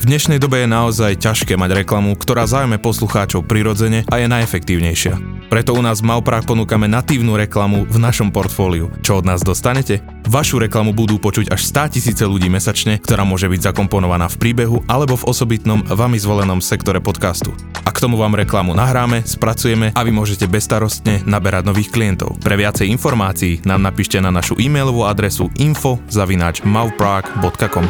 V dnešnej dobe je naozaj ťažké mať reklamu, ktorá zaujme poslucháčov prirodzene a je najefektívnejšia. Preto u nás v Mauprách ponúkame natívnu reklamu v našom portfóliu. Čo od nás dostanete? Vašu reklamu budú počuť až 100 000 ľudí mesačne, ktorá môže byť zakomponovaná v príbehu alebo v osobitnom vami zvolenom sektore podcastu. A k tomu vám reklamu nahráme, spracujeme a vy môžete bezstarostne naberať nových klientov. Pre viacej informácií nám napíšte na našu e-mailovú adresu info@mauprah.com.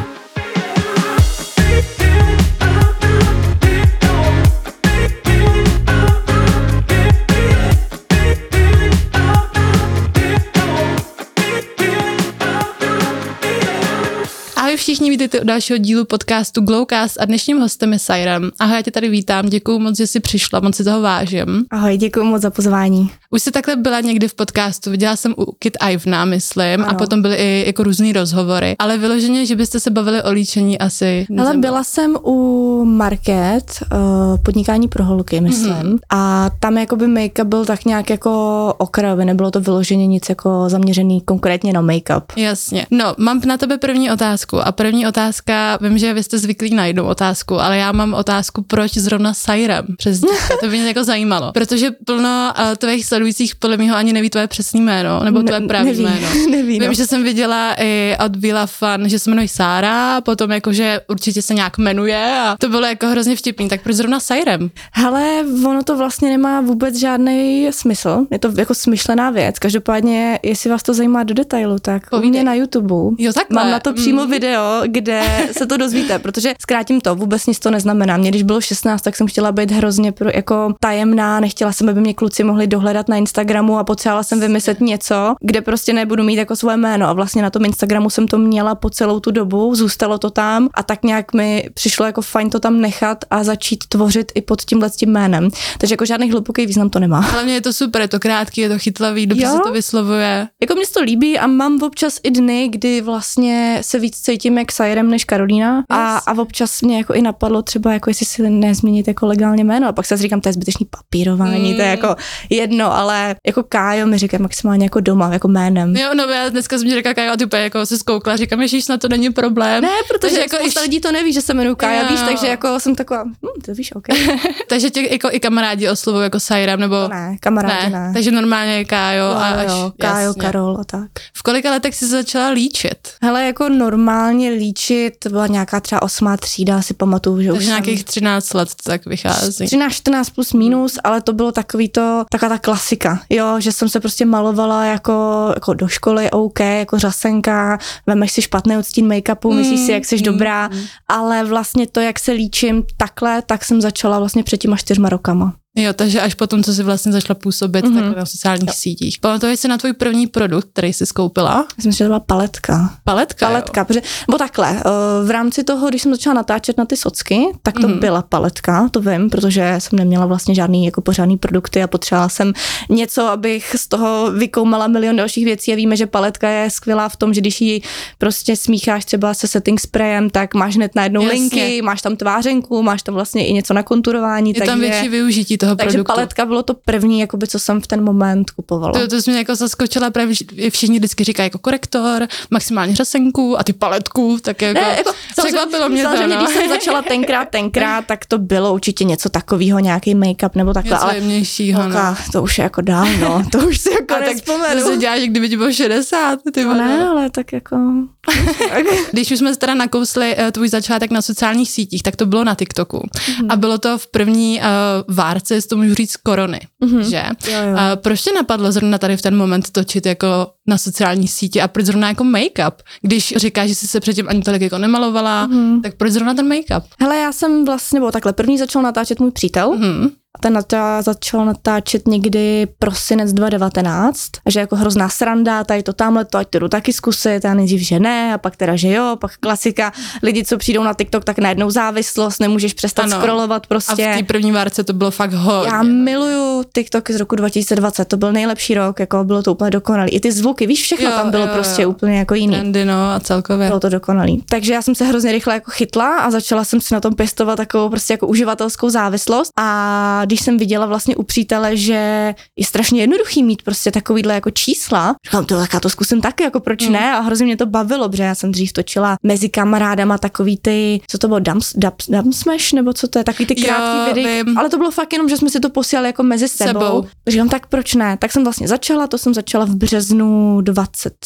Všichni vítejte u dalšího dílu podcastu Glowcast a dnešním hostem je Sairem. Ahoj, já tě tady vítám, děkuju moc, že jsi přišla, moc si toho vážím. Ahoj, děkuju moc za pozvání. Už jsi takhle byla někdy v podcastu, viděla jsem u Kit Ivna, myslím, ano. A potom byly i jako různý rozhovory, ale vyloženě, že byste se bavili o líčení asi. Ale byla jsem u Market, podnikání pro holky, myslím, a tam jakoby make-up byl tak nějak jako okrajový, nebylo to vyloženě nic jako zaměřený konkrétně na make-up. Jasně. No, mám na tebe první otázku a první otázka, vím, že vy jste zvyklí na jednu otázku, ale já mám otázku, proč zrovna Sairem přes dítě, to by mě jako zajímalo, protože plno tvých sledujících podle mého ani neví tvoje přesné jméno, nebo tvoje pravý jméno. Neví, vím, že jsem viděla i od Vila Fan, že se jmenuje Sára, potom jakože určitě se nějak jmenuje a to bylo jako hrozně vtipný, tak proč zrovna Sairem? Hele, ono to vlastně nemá vůbec žádný smysl, je to jako smyšlená věc, každopádně, jestli vás to zajímá do detailu, tak u mě na YouTube mám na to přímo video, kde se to dozvíte, protože zkrátím to, vůbec nic to neznamená. Mě když bylo 16, tak jsem chtěla být hrozně jako tajemná, nechtěla jsem, aby mě kluci mohli dohledat na Instagramu a potřebovala jsem vymyslet něco, kde prostě nebudu mít jako svoje jméno a vlastně na tom Instagramu jsem to měla po celou tu dobu, zůstalo to tam a tak nějak mi přišlo jako fajn to tam nechat a začít tvořit i pod tímhle tím jménem. Takže jako žádný hluboký význam to nemá. Ale mně je to super, je to krátký, je to chytlavý, dobře se to vyslovuje. Jako mě to líbí a mám občas i dny, kdy vlastně se víc cítím jak Sairem než Karolína a občas mě jako i napadlo třeba jako jestli si nezměnit jako legálně jméno a pak se říkám, to je zbytečný papírování, to je jako jedno, ale jako Kájo mi říká maximálně jako doma, jako jménem. Jo, no já dneska jsem mi říkala Kájo a ty úplně jako se zkoukla, říkám, ježíš, na to není problém. Ne, protože jako spousta lidí to neví, že se jmenuji Kája, víš, takže jako jsem taková, to víš, ok. Takže tě jako i kamarádi oslovují jako Sairem, nebo? Ne, kamarádi ne. Takže normálně Kájo a až. Kájo, jasně. Karol a tak. V kolika letech jsi začala líčit? Hele, jako normálně líčit byla nějaká třeba 8. třída, si pamatuju, že takže už nějakých 13 let to tak vychází. 13, 14 plus minus, ale to bylo taková ta klasika, jo, že jsem se prostě malovala jako do školy, OK, jako řasenka, vemeš si špatný odstín make-upu, myslíš si, jak jsi dobrá, ale vlastně to, jak se líčím takhle, tak jsem začala vlastně před těma 4 rokama. Jo, takže až potom, co jsi vlastně začala působit takhle na sociálních sítích. Pamatuješ si na tvůj první produkt, který jsi skoupila? Myslím, že to byla paletka. Paletka, protože, bo takhle, v rámci toho, když jsem začala natáčet na ty socky, tak to byla paletka, to vím, protože jsem neměla vlastně žádný jako pořádný produkty a potřebovala jsem něco, abych z toho vykoumala milion dalších věcí a víme, že paletka je skvělá v tom, že když ji prostě smícháš třeba se setting sprayem, tak máš hned najednou linky, máš tam tvářenku, máš tam vlastně i něco na konturování. Je tam větší využití toho takže produktu. paletka bylo to první, jakoby, co jsem v ten moment kupovala. To jsi mě jako zaskočila, právě všichni vždycky říkají jako korektor, maximálně řasenku a ty paletku, tak jako překvapilo mě to. Samozřejmě, když jsem začala tenkrát, tak to bylo určitě něco takového, nějaký make-up nebo takhle. Něco jemnějšího, to už je jako dávno, to už si jako nevzpomenu. To se děláš, kdyby ti bylo 60. Ty ne, ale tak jako... Když už jsme teda nakousli tvůj začátek na sociálních sítích, tak to bylo na TikToku. A bylo to v první várce, to můžu říct, korony, že? Jo. Proč tě napadlo zrovna tady v ten moment točit jako na sociální sítě a proč zrovna jako make-up? Když říkáš, že jsi se předtím ani tolik jako nemalovala, tak proč zrovna ten make-up? Hele, já jsem vlastně, první začal natáčet můj přítel, a ten začal natáčet někdy prosinec 2019, že jako hrozná sranda, tady to tamhleto, ať to jdu taky zkusit, a nejdřív, že ne, a pak teda, že jo, pak klasika, lidi, co přijdou na TikTok, tak najednou závislost, nemůžeš přestat scrollovat prostě. A v té první várce to bylo fakt hodně. Já miluju TikTok z roku 2020, to byl nejlepší rok, jako bylo to úplně dokonalý. I ty zvuky, víš, všechno tam bylo prostě úplně jako jiný. Trendy, no, a celkově. Bylo to dokonalý. Takže já jsem se hrozně rychle jako chytla a začala jsem si na tom pěstovat takovou prostě jako uživatelskou závislost a když jsem viděla vlastně u přítele, že je strašně jednoduchý mít prostě takovýhle jako čísla, říkám, tak já to zkusím taky, jako proč ne? A hrozně mě to bavilo, protože já jsem dřív točila mezi kamarádama takový ty, co to bylo, dub smash, nebo co to je, takový ty krátký videa, ale to bylo fakt jenom, že jsme si to posílali jako mezi sebou. Říkám, tak proč ne? Tak jsem vlastně začala v březnu 20.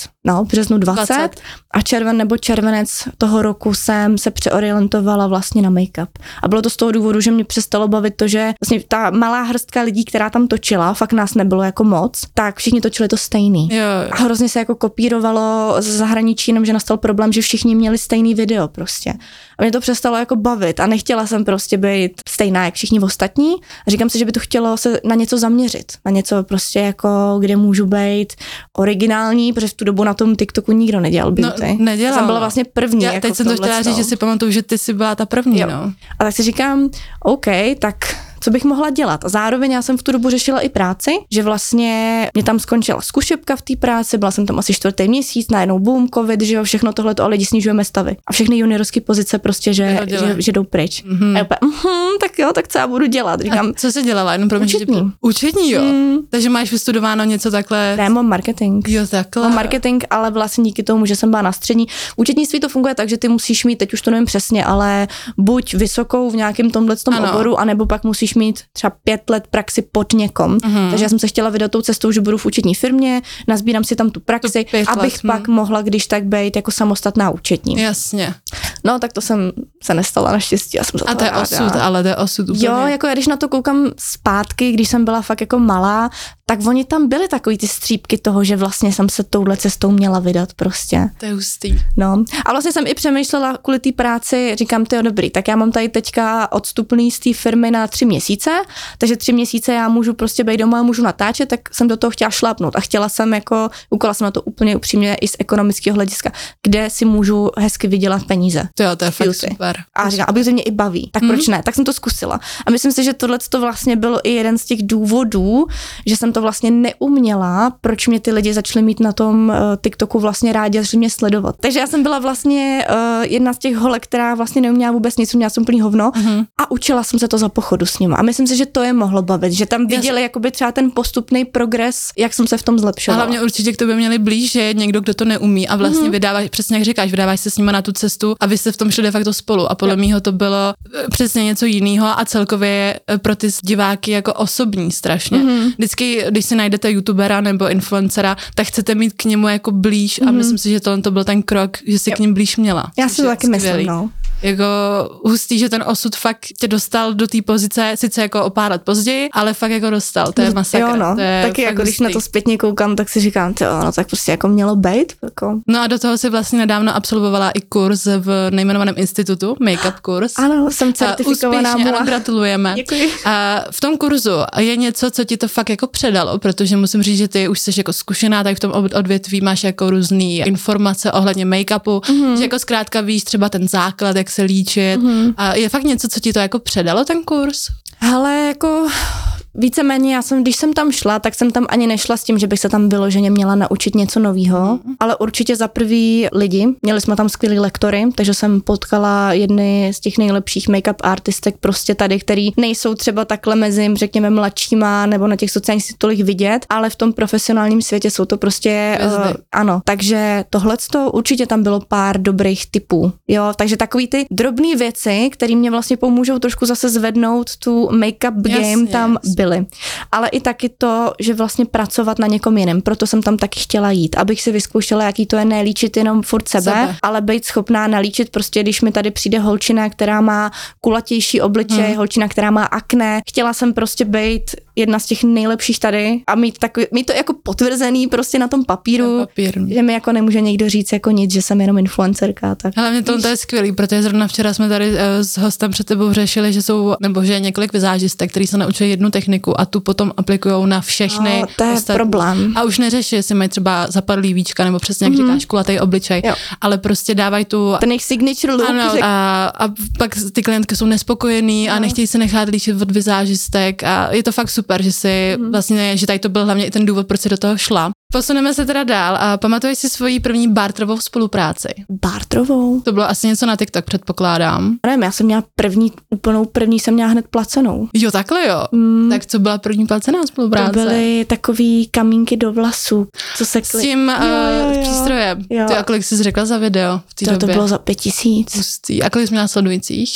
A červenec toho roku jsem se přeorientovala vlastně na make-up. A bylo to z toho důvodu, že mě přestalo bavit to, že vlastně ta malá hrstka lidí, která tam točila, fakt nás nebylo jako moc, tak všichni točili to stejný. Jo. A hrozně se jako kopírovalo z zahraničí, jenom že nastal problém, že všichni měli stejný video prostě. A mě to přestalo jako bavit a nechtěla jsem prostě být stejná jak všichni ostatní. A říkám si, že by to chtělo se na něco zaměřit. Na něco prostě jako, kde můžu být originální, protože v tu dobu na tom TikToku nikdo nedělal beauty. No, nedělal. Jsem byla vlastně první. Já jako teď jsem to chtěla říct, že si pamatuju, že ty jsi byla ta první, no. A tak si říkám, OK, tak co bych mohla dělat. A zároveň já jsem v tu dobu řešila i práci, že vlastně mě tam skončila zkušebka v té práci, byla jsem tam asi 4. měsíc, najednou boom, covid, že jo, všechno tohleto, ale lidi snižujeme stavy. A všechny juniorské pozice prostě, že jdou pryč. A já úplně, tak jo, tak co já budu dělat? Říkám, a co jsi dělala? Jenom pro mě, Účetní, jo. Takže máš vystudováno něco takhle? Ne, mám marketing. Jo, takhle. Mám marketing, ale vlastně díky tomu, že jsem byla na střední. Účetnictví to funguje tak, že ty musíš mít, teď už to nevím přesně, ale buď vysokou v nějakém tomhletom oboru, anebo pak musíš mít třeba 5 let praxi pod někom. Takže já jsem se chtěla vydat tou cestou, že budu v účetní firmě, nazbírám si tam tu praxi, abych pak mohla, když tak být jako samostatná účetní. Jasně. No, tak to jsem se nestala naštěstí. Já jsem a to je osud, ale to je osud úplně. Jo, jako já když na to koukám zpátky, když jsem byla fakt jako malá, tak oni tam byly takový ty střípky toho, že vlastně jsem se touhle cestou měla vydat prostě. To je hustý. No. A vlastně jsem i přemýšlela kvůli té práci, říkám, tyjo, dobrý, tak já mám tady teďka odstupný z té firmy na 3 měsíce, takže 3 měsíce já můžu prostě být doma a můžu natáčet, tak jsem do toho chtěla šlápnout a chtěla jsem jako, ukola jsem na to úplně upřímně i z ekonomického hlediska, kde si můžu hezky vydělat peníze. To je fakt super. A říkám, aby to mě i baví, tak proč ne? Tak jsem to zkusila. A myslím si, že tohle to vlastně bylo i jeden z těch důvodů, že jsem to vlastně neuměla, proč mě ty lidi začali mít na tom TikToku vlastně rádi a začali mě sledovat. Takže já jsem byla vlastně jedna z těch holek, která vlastně neuměla vůbec nic, měla jsem úplný hovno a učila jsem se to za pochodu s nima. A myslím si, že to je mohlo bavit, že tam viděli jakoby třeba ten postupný progres, jak jsem se v tom zlepšovala. A hlavně určitě k tobě měli blíž, že někdo, kdo to neumí a vlastně vydáváš, přesně jak říkáš, vydáváš se s nima na tu cestu a vy jste v tom šli de facto spolu a podle mýho to bylo přesně něco jiného a celkově pro ty diváky jako osobní strašně. Vždycky, když si najdete youtubera nebo influencera, tak chcete mít k němu jako blíž a myslím si, že to byl ten krok, že si k něm blíž měla. Já si to taky myslím, no. Jako hustý, že ten osud fakt tě dostal do té pozice, sice jako o pár let později, ale fakt jako dostal, to je masakr. Jo, no, taky jako když na to zpětně koukám, tak si říkám, no tak prostě jako mělo být. Jako. No a do toho si vlastně nedávno absolvovala i kurz v nejmenovaném institutu, make-up kurz. Ano, jsem certifikovaná. Úspěšně, ano, gratulujeme. Děkuji. A v tom kurzu je něco, co ti to fakt jako předalo, protože musím říct, že ty už jsi jako zkušená, tak v tom odvětví máš jako různý informace ohledně make-upu, že jako zkrátka víš třeba ten základ, jak se líčit. A je fakt něco, co ti to jako předalo, ten kurz? Hele, jako víceméně když jsem tam šla, tak jsem tam ani nešla s tím, že bych se tam vyloženě měla naučit něco novýho, ale určitě za prvý lidi. Měli jsme tam skvělý lektory, takže jsem potkala jedny z těch nejlepších make-up artistek prostě tady, který nejsou třeba takhle mezi, řekněme, mladšíma nebo na těch sociálních sítích tolik vidět, ale v tom profesionálním světě jsou to prostě ano, takže tohleto určitě tam bylo pár dobrých tipů. Jo, takže takový ty drobné věci, které mě vlastně pomůžou trošku zase zvednout tu make-up game tam byly. Ale i taky to, že vlastně pracovat na někom jiném. Proto jsem tam taky chtěla jít, abych si vyzkoušela, jaký to je nelíčit jenom furt sebe, ale být schopná nalíčit prostě, když mi tady přijde holčina, která má kulatější obličej, holčina, která má akné. Chtěla jsem prostě být jedna z těch nejlepších tady a mít to jako potvrzený prostě na tom papíru, že mi jako nemůže někdo říct jako nic, že jsem jenom influencerka. Tak. Hlavně to je skvělý, protože zrovna včera jsme tady s hostem před tebou řešili, že že je několik vizážistek, který se naučí jednu techniku a tu potom aplikujou na všechny. To je problém. A už neřeší, jestli mají třeba zapadlý víčka nebo přesně jak říkáš, kulatý obličej, ale prostě dávají tu ten jejich signature look. Ano, a pak ty klientky jsou nespokojený a nechtějí se nechat líčit od vizážistek a je to fakt super. super, že si vlastně, že tady to byl hlavně i ten důvod, proč si do toho šla. Posuneme se teda dál a pamatuješ si svoji první barterovou spolupráci? Barterovou? To bylo asi něco na TikTok, předpokládám. Nevím, já jsem měla úplnou první jsem měla hned placenou. Jo, takhle jo. Tak co byla první placená spolupráce? To byly takový kamínky do vlasů, co se s tím přístrojem. Jo. Ty a kolik jsi řekla za video v té době? To bylo za 5000. Pustý. A kolik jsi měla sledujících?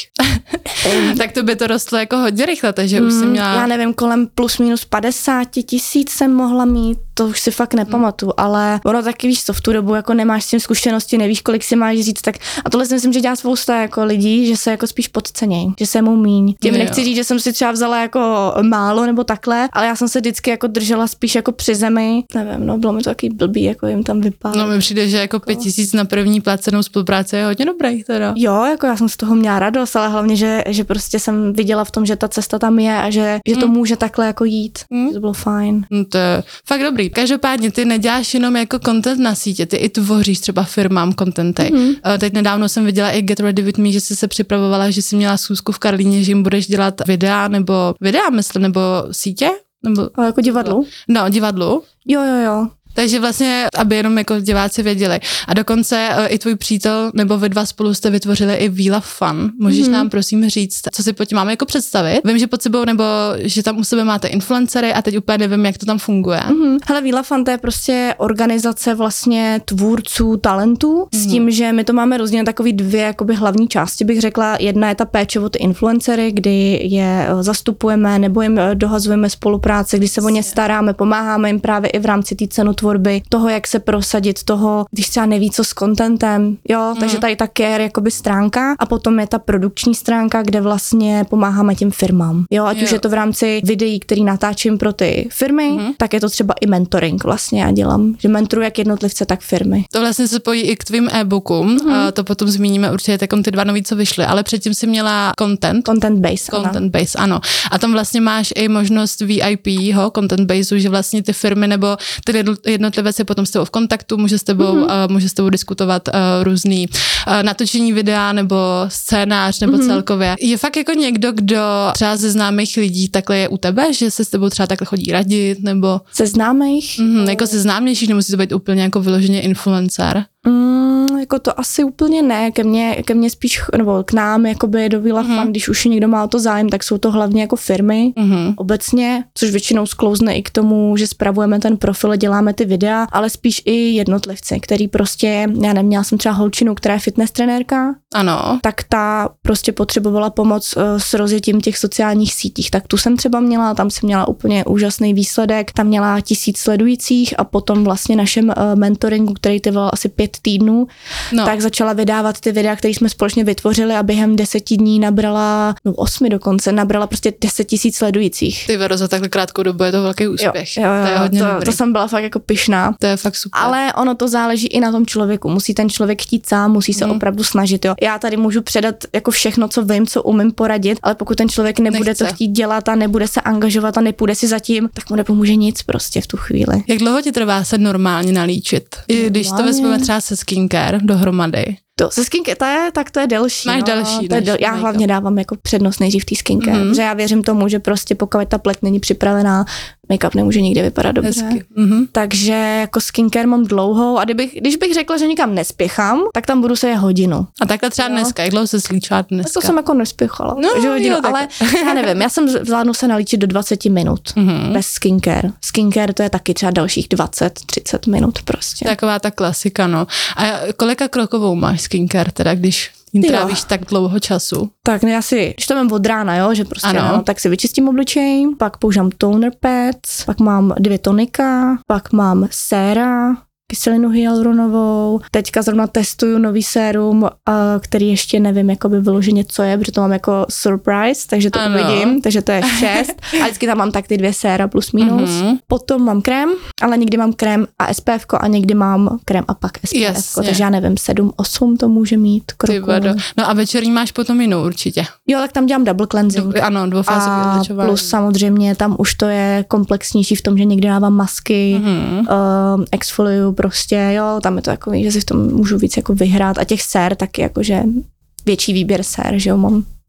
Tak to by to rostlo jako hodně rychle, takže už jsi měla... Já nevím, kolem plus minus 50 000 jsem mohla mít, to už si fakt nepamatuju, ale ono taky víš co, v tu dobu jako nemáš s tím zkušenosti, nevíš, kolik si máš říct, tak a tohle si myslím, že dělá spousta jako lidí, že se jako spíš podcenějí, že se mu míň. Tím nechci říct, že jsem si třeba vzala jako málo nebo takhle, ale já jsem se vždycky jako držela spíš jako při zemi. Nevím, no, bylo mi to taky blbý, jako jim tam vypadlo. No mi přijde, že jako 5000 na první placenou spolupráci je hodně dobrý teda. Jo, jako já jsem z toho měla radost, ale hlavně, že prostě jsem viděla v tom, že ta cesta tam je a že to může takhle jako jít. To bylo fajn. To je fakt dobrý. Každopádně ty neděláš jenom jako content na sítě, ty i tvoříš třeba firmám contenty. Teď nedávno jsem viděla i Get Ready With Me, že jsi se připravovala, že jsi měla schůzku v Karlíně, že jim budeš dělat videa, myslím, nebo sítě? Nebo jako divadlu? No, divadlu. Jo. Takže vlastně, aby jenom jako diváci věděli. A dokonce i tvůj přítel, nebo vy dva spolu jste vytvořili i We Love Fun. Můžeš nám prosím říct, co si pod tím máme jako představit? Vím, že pod sebou, nebo že tam u sebe máte influencery a teď úplně nevím, jak to tam funguje. Hele, We Love Fun to je prostě organizace vlastně tvůrců talentů s tím, že my to máme rozdělené takový dvě jakoby hlavní části, bych řekla. Jedna je ta péče o ty influencery, kdy je zastupujeme nebo jim dohazujeme spolupráce, kdy se o ně staráme, pomáháme jim právě i v rámci té cenotvorby, toho, jak se prosadit, toho, když třeba neví, co s contentem, jo, takže tady ta care jakoby stránka a potom je ta produkční stránka, kde vlastně pomáháme těm firmám, jo, ať už je to v rámci videí, který natáčím pro ty firmy, tak je to třeba i mentoring vlastně já dělám, že mentoruji jak jednotlivce, tak firmy. To vlastně se spojí i k tvým e-bookům, to potom zmíníme určitě, takom ty dva nový, co vyšly, ale předtím si měla content base, ano. A tam vlastně máš i možnost VIP, content baseu, že vlastně ty firmy nebo ty jednotlivec je potom s tebou v kontaktu, může s tebou diskutovat různý natočení videa nebo scénář nebo celkově. Je fakt jako někdo, kdo třeba ze známých lidí takhle je u tebe, že se s tebou třeba takhle chodí radit nebo... Ze známých? Jako ze známějších, nemusí to být úplně jako vyloženě influencer. Jako to asi úplně ne, ke mně spíš, nebo k nám jakoby do We Love Fun, když už někdo má o to zájem, tak jsou to hlavně jako firmy obecně, což většinou sklouzne i k tomu, že spravujeme ten profil, děláme ty videa, ale spíš i jednotlivci, který prostě, já nevím, měla jsem třeba holčinu, která je fitness trenérka, ano, tak ta prostě potřebovala pomoc s rozjetím těch sociálních sítích, tak tu jsem třeba měla, tam jsem měla úplně úžasný výsledek, tam měla 1000 sledujících a potom vlastně našem mentoringu, který trval asi 5 týdnů, tak začala vydávat ty videa, které jsme společně vytvořili a během 10 dní nabrala, 8 dokonce, nabrala prostě 10 000 sledujících. Ty Vero, za takhle krátkou dobu je to velký úspěch. Jo, to je hodně dobrý. To jsem byla fakt jako pyšná. To je fakt super. Ale ono to záleží i na tom člověku. Musí ten člověk chtít sám, musí se opravdu snažit. Jo. Já tady můžu předat jako všechno, co vím, co umím poradit, ale pokud ten člověk nebude to chtít dělat a nebude se angažovat a nepůjde si zatím, tak mu nepomůže nic prostě v tu chvíli. Jak dlouho ti trvá se normálně nalíčit? I když to vezmeme třeba se skincare dohromady. Se skincare, tak to je delší. Máš delší. Já hlavně dávám jako přednost nejdřív té skincare, protože já věřím tomu, že prostě pokud ta pleť není připravená, make-up nemůže nikdy vypadat dobře. Takže jako skincare mám dlouhou a když bych řekla, že nikam nespěchám, tak tam budu se hodinu. A takhle třeba dneska, jak dlouho se slíčila dneska? Tak to jsem jako nespěchala. Hodinu, ale já nevím, já jsem zvládnu se nalíčit do 20 minut bez skincare. Skincare to je taky třeba dalších 20-30 minut prostě. Taková ta klasika, no. A kolika krokovou máš skincare teda, když jim trávíš tak dlouho času? Tak ne, asi, když to mám od rána, jo, že prostě tak si vyčistím obličej, pak používám toner pads, pak mám 2 tonika, pak mám séra, kyselinu hyaluronovou. Teďka zrovna testuju nový sérum, který ještě nevím, jakoby vyloženě co je, protože to mám jako surprise, takže to uvidím, takže to je 6. A vždycky tam mám tak ty 2 séra plus minus. Potom mám krém, ale někdy mám krém a SPF a někdy mám krém a pak SPF. Takže já nevím, 7-8 to může mít kroků. No a večerní máš potom jinou určitě. Jo, tak tam dělám double cleansing. Ano, dvoufázový odličování. Plus samozřejmě tam už to je komplexnější v tom, že někdy dávám masky, exfoliuju prostě, jo, tam je to jako, že si v tom můžu víc jako vyhrát a těch sér taky jakože větší výběr sér, že jo, mám.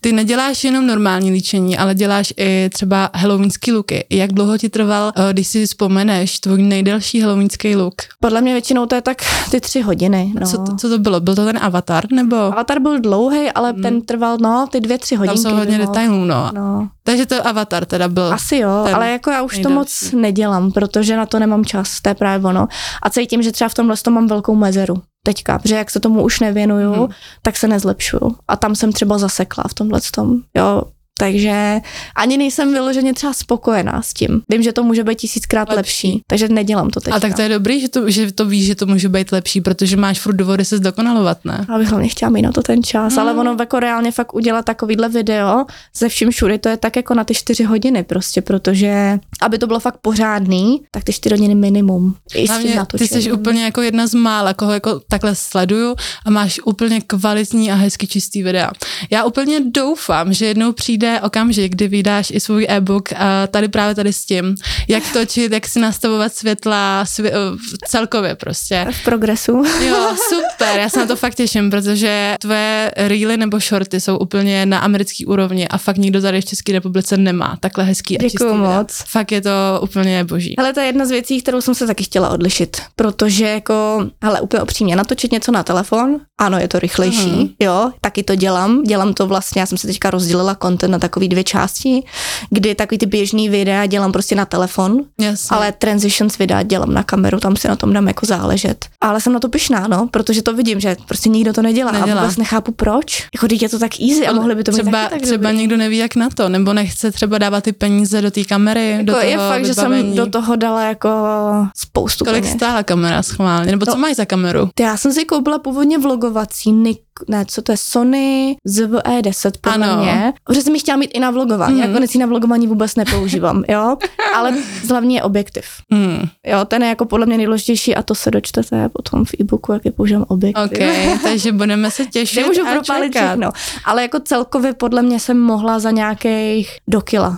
ty neděláš jenom normální líčení, ale děláš i třeba halloweenský looky. Jak dlouho ti trval, když si vzpomeneš, tvůj nejdelší halloweenský look? Podle mě většinou to je tak ty 3 hodiny. No. Co to bylo? Byl to ten Avatar, nebo? Avatar byl dlouhý, ale ten trval, ty 2-3 hodinky. Tam jsou hodně detailů, no. Takže to Avatar teda byl. Asi jo, ale jako já už to moc nedělám, protože na to nemám čas, to je právě ono. A cítím, že třeba v tomhle mám velkou mezeru teďka, protože jak se tomu už nevěnuju, tak se nezlepšuju. A tam jsem třeba zasekla v tomhletom, jo. Takže ani nejsem vyloženě třeba spokojená s tím. Vím, že to může být 1000krát lepší, takže nedělám to teďka. A tak to je dobrý, že to víš, že to může být lepší, protože máš furt důvody se zdokonalovat, ne? Já bych hlavně chtěla mít na to ten čas, ale ono jako reálně fakt udělat takovýhle video ze vším všude, to je tak jako na ty 4 hodiny prostě, protože aby to bylo fakt pořádný, tak ty 4 hodiny minimum. Hlavně ty jsi úplně jako jedna z mála, koho jako takhle sleduju a máš úplně kvalitní a hezky čistý videa. Já úplně doufám, že jednou přijde okamžik, kdy vydáš i svůj e-book a tady s tím, jak točit, jak si nastavovat světla celkově prostě. V progresu. Jo, super, já se na to fakt těším, protože tvoje reely nebo shorty jsou úplně na americký úrovni a fakt nikdo tady v České republice nemá takhle hezký a čistý Děkuju moc. Fakt je to úplně boží. Ale to je jedna z věcí, kterou jsem se taky chtěla odlišit, protože jako, úplně upřímně, natočit něco na telefon, ano, je to rychlejší, jo, taky to dělám to vlastně, já jsem se teďka rozdělila content na takový 2 části, kdy takový ty běžný videa dělám prostě na telefon, ale transitions videa dělám na kameru, tam si na tom dám jako záležet. Ale jsem na to pyšná, protože to vidím, že prostě nikdo to nedělá. A vůbec nechápu proč. Jako teď je to tak easy a mohli by to mít taky třeba někdo neví jak na to, nebo nechce třeba dávat ty peníze do té kamery, jako do toho je fakt, vybavení. Že jsem do toho dala jako spoustu peněz. Kolik stála kamera schválně, nebo co máš za kameru? Já jsem si koupila původně vlogovací co to je Sony ZV-E10 podle mě. Protože jsem ji chtěla mít i na vlogování. Já konec na vlogování vůbec nepoužívám, jo. Ale hlavně je objektiv. Jo, ten je jako podle mě nejdůležitější a to se dočtete potom v e-booku, jak je používám objektiv. Okay, takže budeme se těšit. Nemůžu propálit všechno. Ale jako celkově podle mě jsem mohla za nějakých do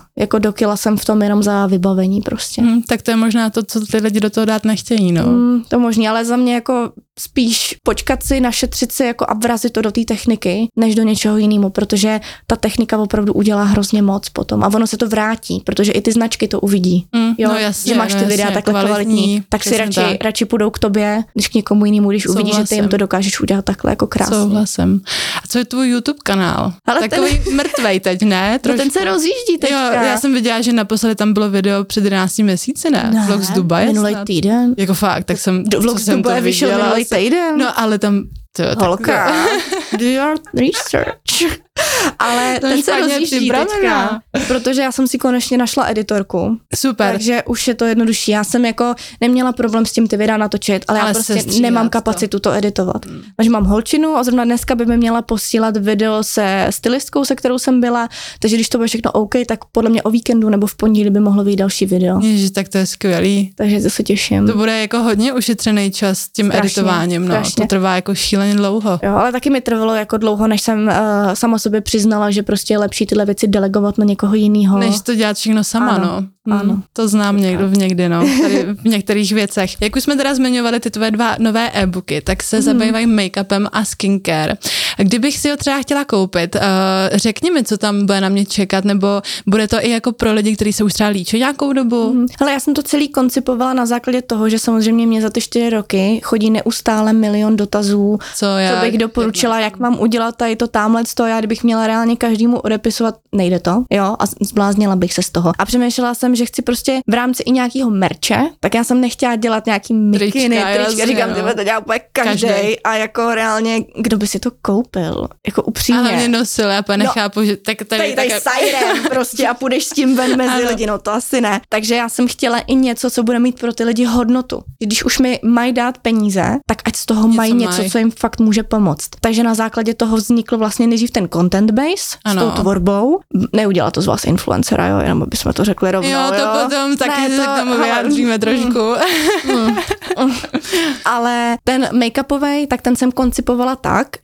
kila jsem v tom jenom za vybavení prostě. Tak to je možná to, co ty lidi do toho dát nechtějí, no. To možný, ale za mě jako spíš počkat si, našetřit si jako a vrazit to do té techniky, než do něčeho jiného, protože ta technika opravdu udělá hrozně moc potom a ono se to vrátí, protože i ty značky to uvidí. Jo, no jasně, že máš ty videa takhle kvalitní, tak si radši půjdou k tobě, než k někomu jinému, když uvidí, že ty jim to dokážeš udělat takhle jako krásně. Souhlasím. A co je tvůj YouTube kanál? Ale takový mrtvej teď, ne? No ten se rozjíždí teďka. Jo, já jsem viděla, že naposledy tam bylo video před 11 měsíci, ne? Vlog z Dubaje. Minulý týden. Jako fakt, tak jsem vlog z Dubaje vyšel minulý týden. No ale tam holka, do your research. Ale ten se rozjíždí teďka, protože já jsem si konečně našla editorku. Super. Takže už je to jednodušší. Já jsem jako neměla problém s tím ty videa natočit, ale já prostě nemám kapacitu to editovat. Takže mám holčinu a zrovna dneska by mi měla posílat video se stylistkou, se kterou jsem byla, takže když to bude všechno OK, tak podle mě o víkendu nebo v pondělí by mohlo být další video. Ježiš, tak to je skvělý. Takže to se těším. To bude jako hodně ušetřený čas s tím editováním, no. To trvá jako šíleně dlouho. Jo, ale taky mi trvalo jako dlouho, než jsem sama sobě přiznala, že prostě je lepší tyhle věci delegovat na někoho jiného. Než to dělat všechno sama, ano, no. Ano. To znám někdy, no. Tady v některých věcech. Jak už jsme teda zmiňovali ty tvoje 2 nové e-booky, tak se zabývají make-upem a skincare. Kdybych si ho třeba chtěla koupit, řekni mi, co tam bude na mě čekat, nebo bude to i jako pro lidi, kteří se už třeba líčí nějakou dobu? Ale já jsem to celý koncipovala na základě toho, že samozřejmě mě za ty 4 roky chodí neustále milion dotazů, co bych doporučila, jak mám udělat tady to támhleto, já kdybych měla reálně každému odepisovat, nejde to, jo, a zbláznila bych se z toho. A přemýšlela jsem, že chci prostě v rámci i nějakého merče, tak já jsem nechtěla dělat nějaký mikiny, trička, říkám, to dělá úplně každej a jako reálně, kdo by si to koupil, jako upřímně. Ale mě nosil, já nechápu, že tak tady sajrem prostě a půjdeš s tím ven mezi lidi, no to asi ne. Takže já jsem chtěla i něco, co bude mít pro ty lidi hodnotu. Když už mi mají dát peníze, tak ať z toho mají něco, co jim fakt může pomoct. Takže na základě toho vznikl vlastně nejdřív ten content base s tou tvorbou. Neudělala to z vás influencera, jo, jenom aby jsme to řekli rovnou. Jo, to potom taky se k tomu vyjádříme trošku. Ale ten make-upovej, tak ten jsem koncipovala tak, že vlastně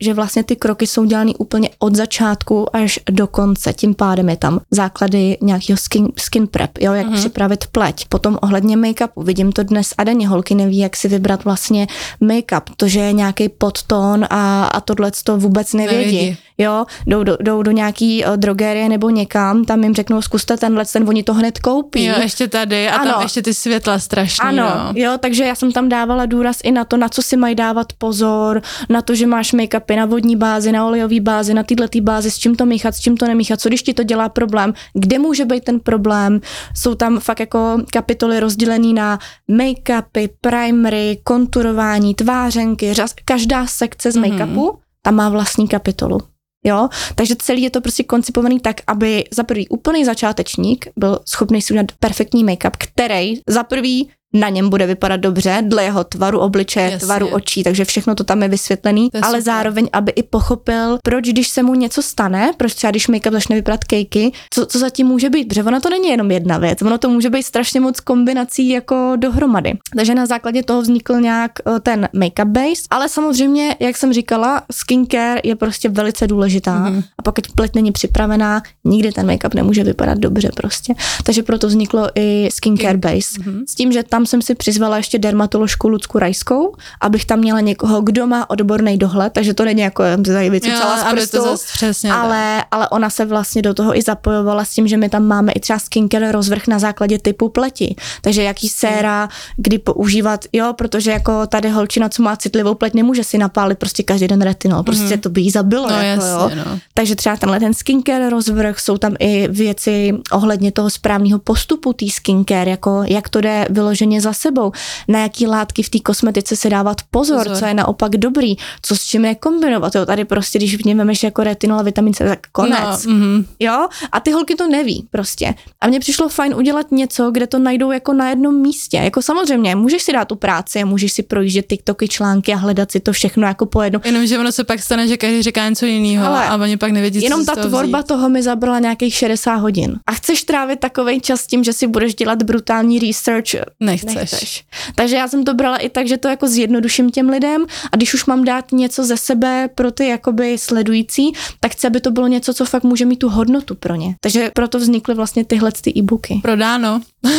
ty kroky jsou dělaný úplně od začátku až do konce. Tím pádem je tam základy nějakého skin prep, jo, jak připravit pleť. Potom ohledně make-upu, vidím to dnes a denně, holky neví, jak si vybrat vlastně make-up, to, že je nějaký podtón a tohleto vůbec nevědí. Jo, jdou do nějaký drogerie nebo někam, tam jim řeknou, zkuste ten, oni to hned koupí. Jo, ještě tady a tam ještě ty světla strašný. Ano, jo, takže já jsem tam dávala důraz i na to, na co si mají dávat pozor, na to, že máš make-upy na vodní bázi, na olejový bázi, na této bázi, s čím to míchat, s čím to nemíchat, co když ti to dělá problém, kde může být ten problém. Jsou tam fakt jako kapitoly rozdělený na make-upy, primery, konturování, tvářenky, každá sekce z make-upu tam má vlastní kapitolu. Jo, takže celý je to prostě koncipovaný tak, aby za prvý úplný začátečník byl schopný si udělat perfektní make-up, který za prvý na něm bude vypadat dobře, dle jeho tvaru obličeje, tvaru očí, takže všechno to tam je vysvětlený, ale zároveň, aby i pochopil, proč když se mu něco stane, proč třeba když make-up začne vypadat kejky, co zatím může být, protože ono to není jenom jedna věc, ono to může být strašně moc kombinací jako dohromady. Takže na základě toho vznikl nějak ten make-up base, ale samozřejmě, jak jsem říkala, skincare je prostě velice důležitá a pokud pleť není připravená, nikdy ten make-up nemůže vypadat dobře prostě. Takže proto vzniklo i skincare base. S tím, že tam jsem si přizvala ještě dermatoložku Lucku Rajskou, abych tam měla někoho, kdo má odborný dohled, takže to není jako tady vycucala z prstu, ale ona se vlastně do toho i zapojovala s tím, že my tam máme i třeba skincare rozvrh na základě typu pleti. Takže jaký séra, kdy používat, jo, protože jako tady holčina, co má citlivou pleť, nemůže si napálit prostě každý den retinol, prostě to by jí zabilo. No, jako, jasně, jo. Takže třeba ten skincare rozvrh, jsou tam i věci ohledně toho správného postupu té skincare, jako jak to jde vyloženě za sebou, na jaký látky v té kosmetice se dávat pozor, co je naopak dobrý, co s čím je kombinovat. Jo, tady prostě, když v něm vemeš jako retinol a vitamin C, tak konec. Jo, a ty holky to neví prostě. A mně přišlo fajn udělat něco, kde to najdou jako na jednom místě. Jako samozřejmě, můžeš si dát tu práci, můžeš si projíždět TikToky, články a hledat si to všechno jako po jednom. Jenomže ono se pak stane, že každý říká něco jiného a oni pak nevědí, jenom co ta tvorba toho mi zabrala nějakých 60 hodin. A chceš trávit takovej čas tím, že si budeš dělat brutální research? Nechceš. Takže já jsem to brala i tak, že to jako zjednoduším těm lidem a když už mám dát něco ze sebe pro ty jakoby sledující, tak chci, aby to bylo něco, co fakt může mít tu hodnotu pro ně. Takže proto vznikly vlastně tyhle ty e-booky. Prodáno.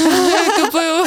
Kupuju.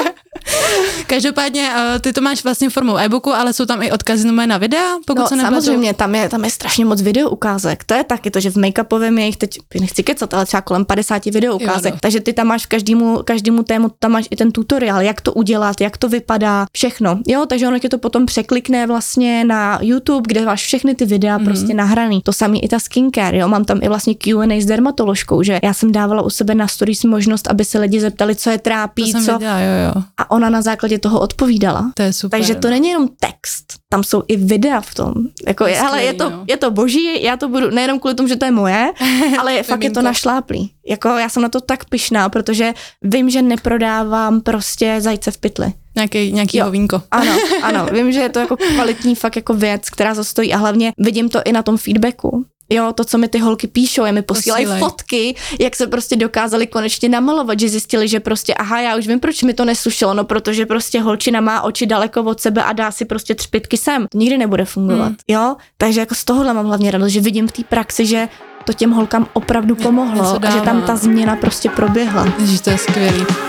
Každopádně ty to máš vlastně formou e-booku, ale jsou tam i odkazy na videa, pokud se nepletu. Samozřejmě, tam je strašně moc video ukázek. To je taky to, že v make-upovém je jich teď, nechci kecat, ale třeba kolem 50 video ukázek. Takže ty tam máš každému tému, tam máš i ten tutoriál, jak to udělat, jak to vypadá, všechno. Jo, takže ono tě to potom překlikne vlastně na YouTube, kde máš všechny ty videa prostě nahraný. To samý i ta skincare, jo, mám tam i vlastně Q&A s dermatoložkou, že já jsem dávala u sebe na stories možnost, aby se lidi zeptali, co je trápí, to co. Viděla, jo. A ona na základě toho odpovídala. To je super. Takže to není jenom text, tam jsou i videa v tom. Jako je to boží, já to budu nejenom kvůli tomu, že to je moje, ale fakt je to našláplý. Jako já jsem na to tak pyšná, protože vím, že neprodávám prostě zajíce v pytli. Nějaký hovínko. Ano, vím, že je to jako kvalitní fakt jako věc, která zastojí a hlavně vidím to i na tom feedbacku. Jo, to, co mi ty holky píšou, mi posílají fotky, jak se prostě dokázali konečně namalovat, že zjistili, že prostě, já už vím, proč mi to nesušilo, no protože prostě holčina má oči daleko od sebe a dá si prostě třpytky sem. To nikdy nebude fungovat, jo? Takže jako z tohohle mám hlavně radost, že vidím v té praxi, že to těm holkám opravdu pomohlo a že tam ta změna prostě proběhla. Ježiš, to je skvělý.